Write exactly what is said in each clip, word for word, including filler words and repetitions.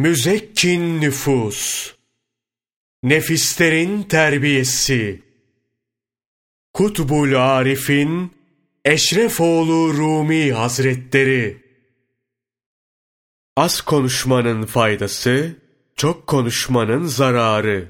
Müzekkin nüfus, nefislerin terbiyesi, Kutbul Arif'in Eşrefoğlu Rumi Hazretleri. Az konuşmanın faydası, çok konuşmanın zararı.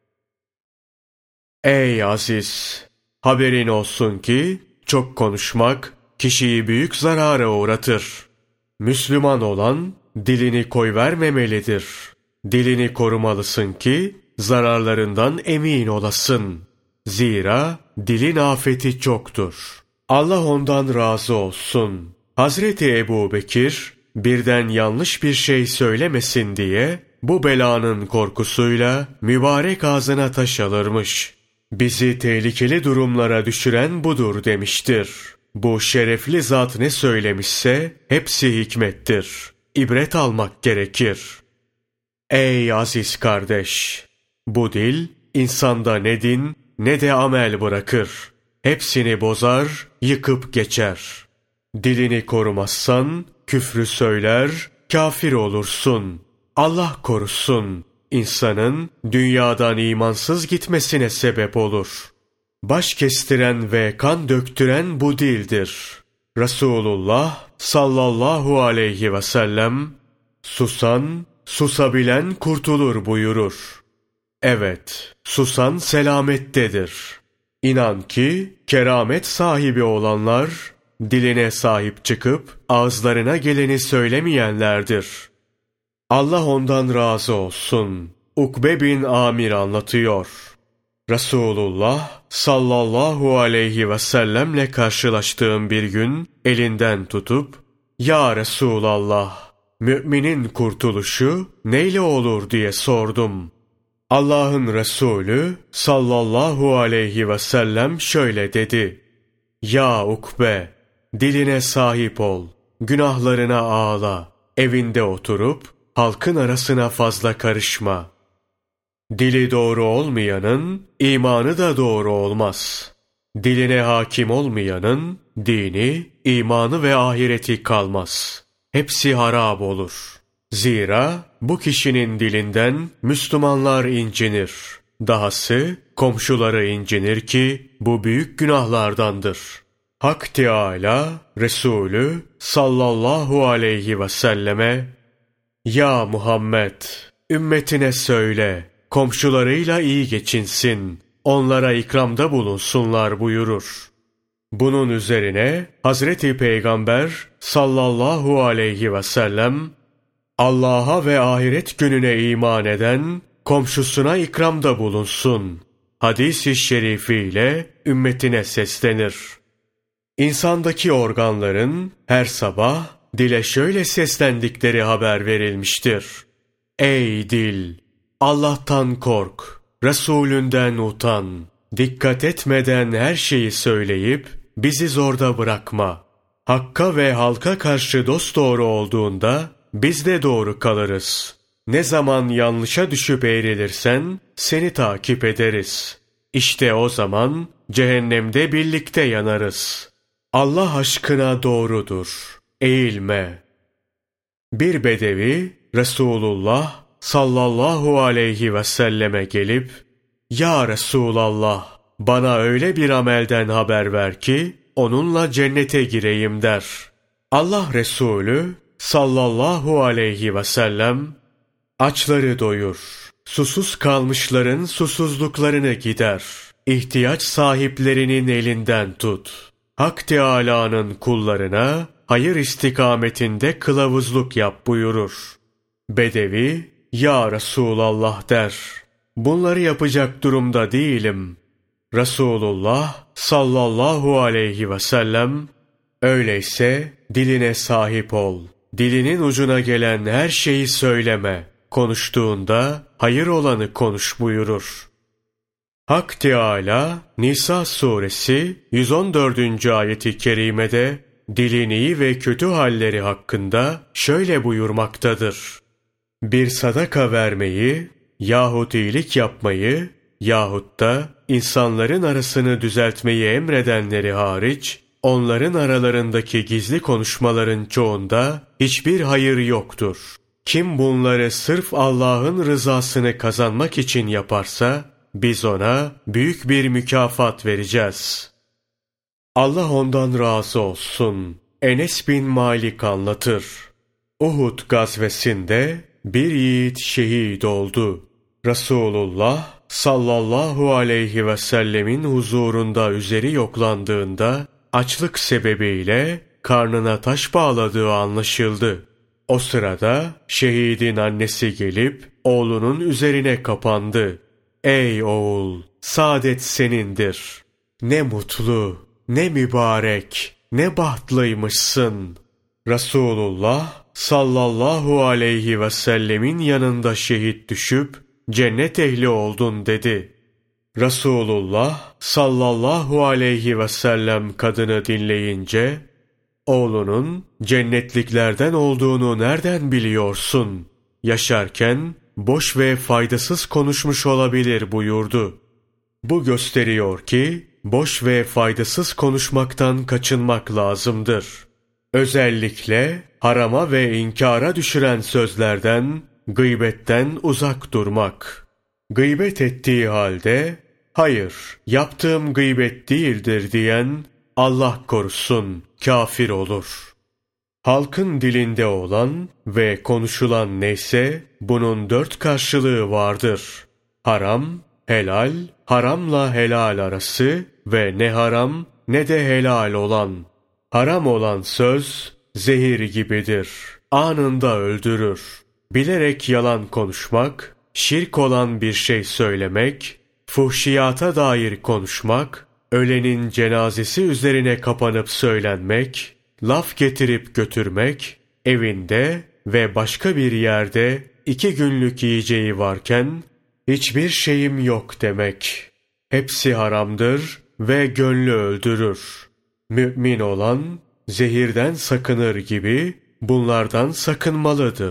Ey aziz! Haberin olsun ki, çok konuşmak, kişiyi büyük zarara uğratır. Müslüman olan, dilini koyvermemelidir. Dilini korumalısın ki, zararlarından emin olasın. Zira, dilin afeti çoktur. Allah ondan razı olsun. Hazreti Ebubekir, birden yanlış bir şey söylemesin diye, bu belanın korkusuyla mübarek ağzına taş alırmış. Bizi tehlikeli durumlara düşüren budur demiştir. Bu şerefli zat ne söylemişse hepsi hikmettir. İbret almak gerekir. Ey aziz kardeş! Bu dil insanda ne din ne de amel bırakır. Hepsini bozar, yıkıp geçer. Dilini korumazsan küfrü söyler, kafir olursun. Allah korusun. İnsanın dünyadan imansız gitmesine sebep olur. Baş kestiren ve kan döktüren bu dildir. Resulullah sallallahu aleyhi ve sellem, susan, susabilen kurtulur buyurur. Evet, susan selamettedir. İnan ki, keramet sahibi olanlar, diline sahip çıkıp, ağızlarına geleni söylemeyenlerdir. Allah ondan razı olsun. Ukbe bin Amir anlatıyor. Resulullah sallallahu aleyhi ve sellemle karşılaştığım bir gün elinden tutup, "Ya Resulallah, müminin kurtuluşu neyle olur?" diye sordum. Allah'ın Resulü sallallahu aleyhi ve sellem şöyle dedi: "Ya Ukbe, diline sahip ol, günahlarına ağla, evinde oturup halkın arasına fazla karışma." Dili doğru olmayanın imanı da doğru olmaz. Diline hakim olmayanın dini, imanı ve ahireti kalmaz. Hepsi harap olur. Zira bu kişinin dilinden Müslümanlar incinir. Dahası komşuları incinir ki bu büyük günahlardandır. Hak Teâlâ Resulü sallallahu aleyhi ve selleme, "Ya Muhammed, ümmetine söyle, komşularıyla iyi geçinsin, onlara ikramda bulunsunlar" buyurur. Bunun üzerine Hazreti Peygamber sallallahu aleyhi ve sellem, "Allah'a ve ahiret gününe iman eden, komşusuna ikramda bulunsun" hadis-i şerifiyle ümmetine seslenir. İnsandaki organların her sabah dile şöyle seslendikleri haber verilmiştir: "Ey dil! Allah'tan kork, Resulünden utan, dikkat etmeden her şeyi söyleyip bizi zorda bırakma. Hakka ve halka karşı dosdoğru olduğunda biz de doğru kalırız. Ne zaman yanlışa düşüp eğrilirsen seni takip ederiz. İşte o zaman cehennemde birlikte yanarız. Allah aşkına doğrudur, eğilme." Bir bedevi Resulullah sallallahu aleyhi ve selleme gelip, "Ya Resulallah, bana öyle bir amelden haber ver ki onunla cennete gireyim" der. Allah Resulü sallallahu aleyhi ve sellem, "Açları doyur, susuz kalmışların susuzluklarını gider, ihtiyaç sahiplerinin elinden tut, Hak Teâlâ'nın kullarına hayır istikametinde kılavuzluk yap" buyurur. Bedevi, "Ya Resulallah" der. "Bunları yapacak durumda değilim." Resulullah sallallahu aleyhi ve sellem, "Öyleyse diline sahip ol. Dilinin ucuna gelen her şeyi söyleme. Konuştuğunda hayır olanı konuş" buyurur. Hak Teâlâ Nisa suresi yüz on dördüncü ayeti kerimede dilin iyi ve kötü halleri hakkında şöyle buyurmaktadır: "Bir sadaka vermeyi yahut iyilik yapmayı yahut da insanların arasını düzeltmeyi emredenleri hariç, onların aralarındaki gizli konuşmaların çoğunda hiçbir hayır yoktur. Kim bunları sırf Allah'ın rızasını kazanmak için yaparsa, biz ona büyük bir mükafat vereceğiz. Allah ondan razı olsun. Enes bin Malik anlatır. Uhud gazvesinde bir yiğit şehit oldu. Resulullah sallallahu aleyhi ve sellemin huzurunda üzeri yoklandığında açlık sebebiyle karnına taş bağladığı anlaşıldı. O sırada şehidin annesi gelip oğlunun üzerine kapandı. Ey oğul, saadet senindir. Ne mutlu, ne mübarek, ne bahtlıymışsın. Resulullah sallallahu aleyhi ve sellemin yanında şehit düşüp cennet ehli oldun dedi. Resulullah sallallahu aleyhi ve sellem kadını dinleyince, oğlunun cennetliklerden olduğunu nereden biliyorsun? Yaşarken boş ve faydasız konuşmuş olabilir buyurdu. Bu gösteriyor ki boş ve faydasız konuşmaktan kaçınmak lazımdır. Özellikle harama ve inkara düşüren sözlerden, gıybetten uzak durmak. Gıybet ettiği halde, hayır, yaptığım gıybet değildir diyen, Allah korusun, kafir olur. Halkın dilinde olan ve konuşulan neyse, bunun dört karşılığı vardır. Haram, helal, haramla helal arası ve ne haram ne de helal olan. Haram olan söz, zehir gibidir. Anında öldürür. Bilerek yalan konuşmak, şirk olan bir şey söylemek, fuhşiyata dair konuşmak, ölenin cenazesi üzerine kapanıp söylenmek, laf getirip götürmek, evinde ve başka bir yerde iki günlük yiyeceği varken, hiçbir şeyim yok demek. Hepsi haramdır ve gönlü öldürür. Mümin olan, zehirden sakınır gibi bunlardan sakınmalıdır.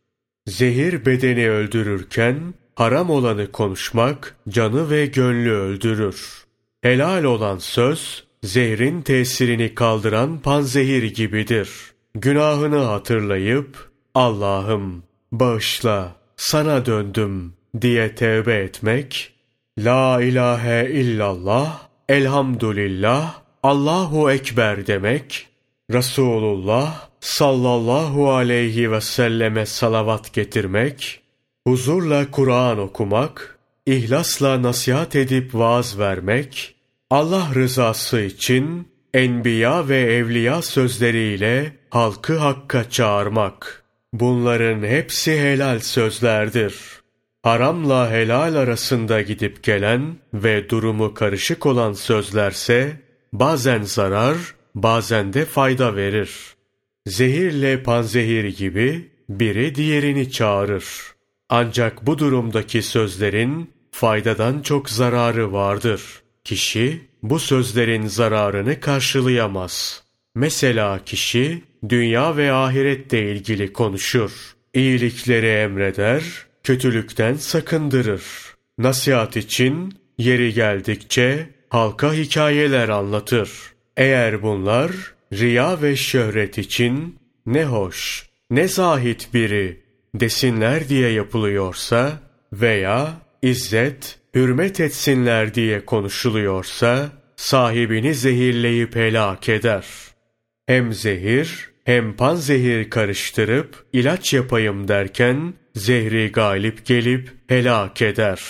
Zehir bedeni öldürürken, haram olanı konuşmak, canı ve gönlü öldürür. Helal olan söz, zehrin tesirini kaldıran panzehir gibidir. Günahını hatırlayıp, Allah'ım bağışla, sana döndüm diye tevbe etmek, La ilahe illallah, elhamdülillah, Allahu Ekber demek, Resulullah sallallahu aleyhi ve selleme salavat getirmek, huzurla Kur'an okumak, ihlasla nasihat edip vaaz vermek, Allah rızası için enbiya ve evliya sözleriyle halkı hakka çağırmak. Bunların hepsi helal sözlerdir. Haramla helal arasında gidip gelen ve durumu karışık olan sözlerse bazen zarar, bazen de fayda verir. Zehirle panzehir gibi biri diğerini çağırır. Ancak bu durumdaki sözlerin faydadan çok zararı vardır. Kişi bu sözlerin zararını karşılayamaz. Mesela kişi dünya ve ahirette ilgili konuşur. İyilikleri emreder, kötülükten sakındırır. Nasihat için yeri geldikçe halka hikayeler anlatır. Eğer bunlar riya ve şöhret için ne hoş, ne zahit biri desinler diye yapılıyorsa veya izzet, hürmet etsinler diye konuşuluyorsa sahibini zehirleyip helak eder. Hem zehir hem panzehir karıştırıp ilaç yapayım derken zehri galip gelip helak eder.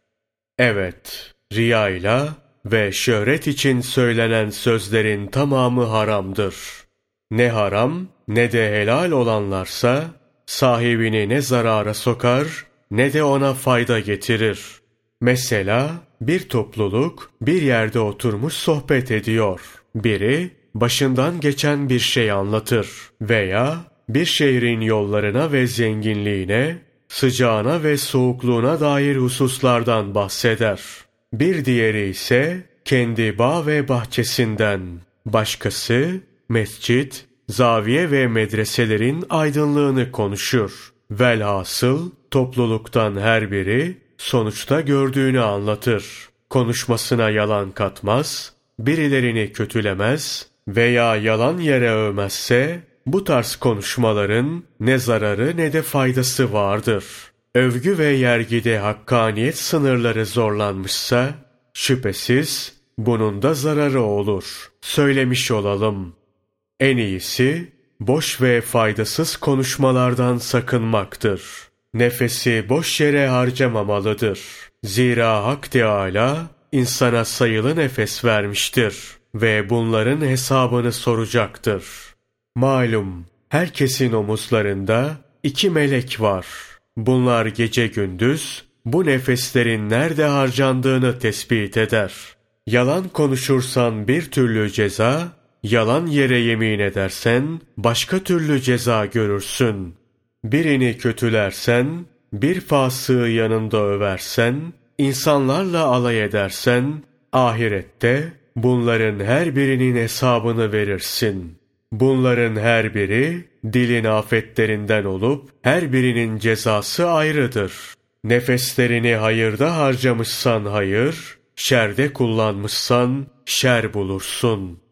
Evet, riyayla ve şöhret için söylenen sözlerin tamamı haramdır. Ne haram ne de helal olanlarsa sahibini ne zarara sokar ne de ona fayda getirir. Mesela bir topluluk bir yerde oturmuş sohbet ediyor. Biri başından geçen bir şey anlatır veya bir şehrin yollarına ve zenginliğine, sıcağına ve soğukluğuna dair hususlardan bahseder. Bir diğeri ise kendi bağ ve bahçesinden, başkası mescit, zaviye ve medreselerin aydınlığını konuşur. Velhasıl topluluktan her biri sonuçta gördüğünü anlatır. Konuşmasına yalan katmaz, birilerini kötülemez veya yalan yere övmezse bu tarz konuşmaların ne zararı ne de faydası vardır. Övgü ve yergide hakkaniyet sınırları zorlanmışsa, şüphesiz bunun da zararı olur. Söylemiş olalım. En iyisi, boş ve faydasız konuşmalardan sakınmaktır. Nefesi boş yere harcamamalıdır. Zira Hak Teâlâ, insana sayılı nefes vermiştir ve bunların hesabını soracaktır. Malum, herkesin omuzlarında iki melek var. Bunlar gece gündüz bu nefeslerin nerede harcandığını tespit eder. Yalan konuşursan bir türlü ceza, yalan yere yemin edersen başka türlü ceza görürsün. Birini kötülersen, bir fasığı yanında översen, insanlarla alay edersen, ahirette bunların her birinin hesabını verirsin. Bunların her biri dilin afetlerinden olup her birinin cezası ayrıdır. Nefeslerini hayırda harcamışsan hayır, şerde kullanmışsan şer bulursun.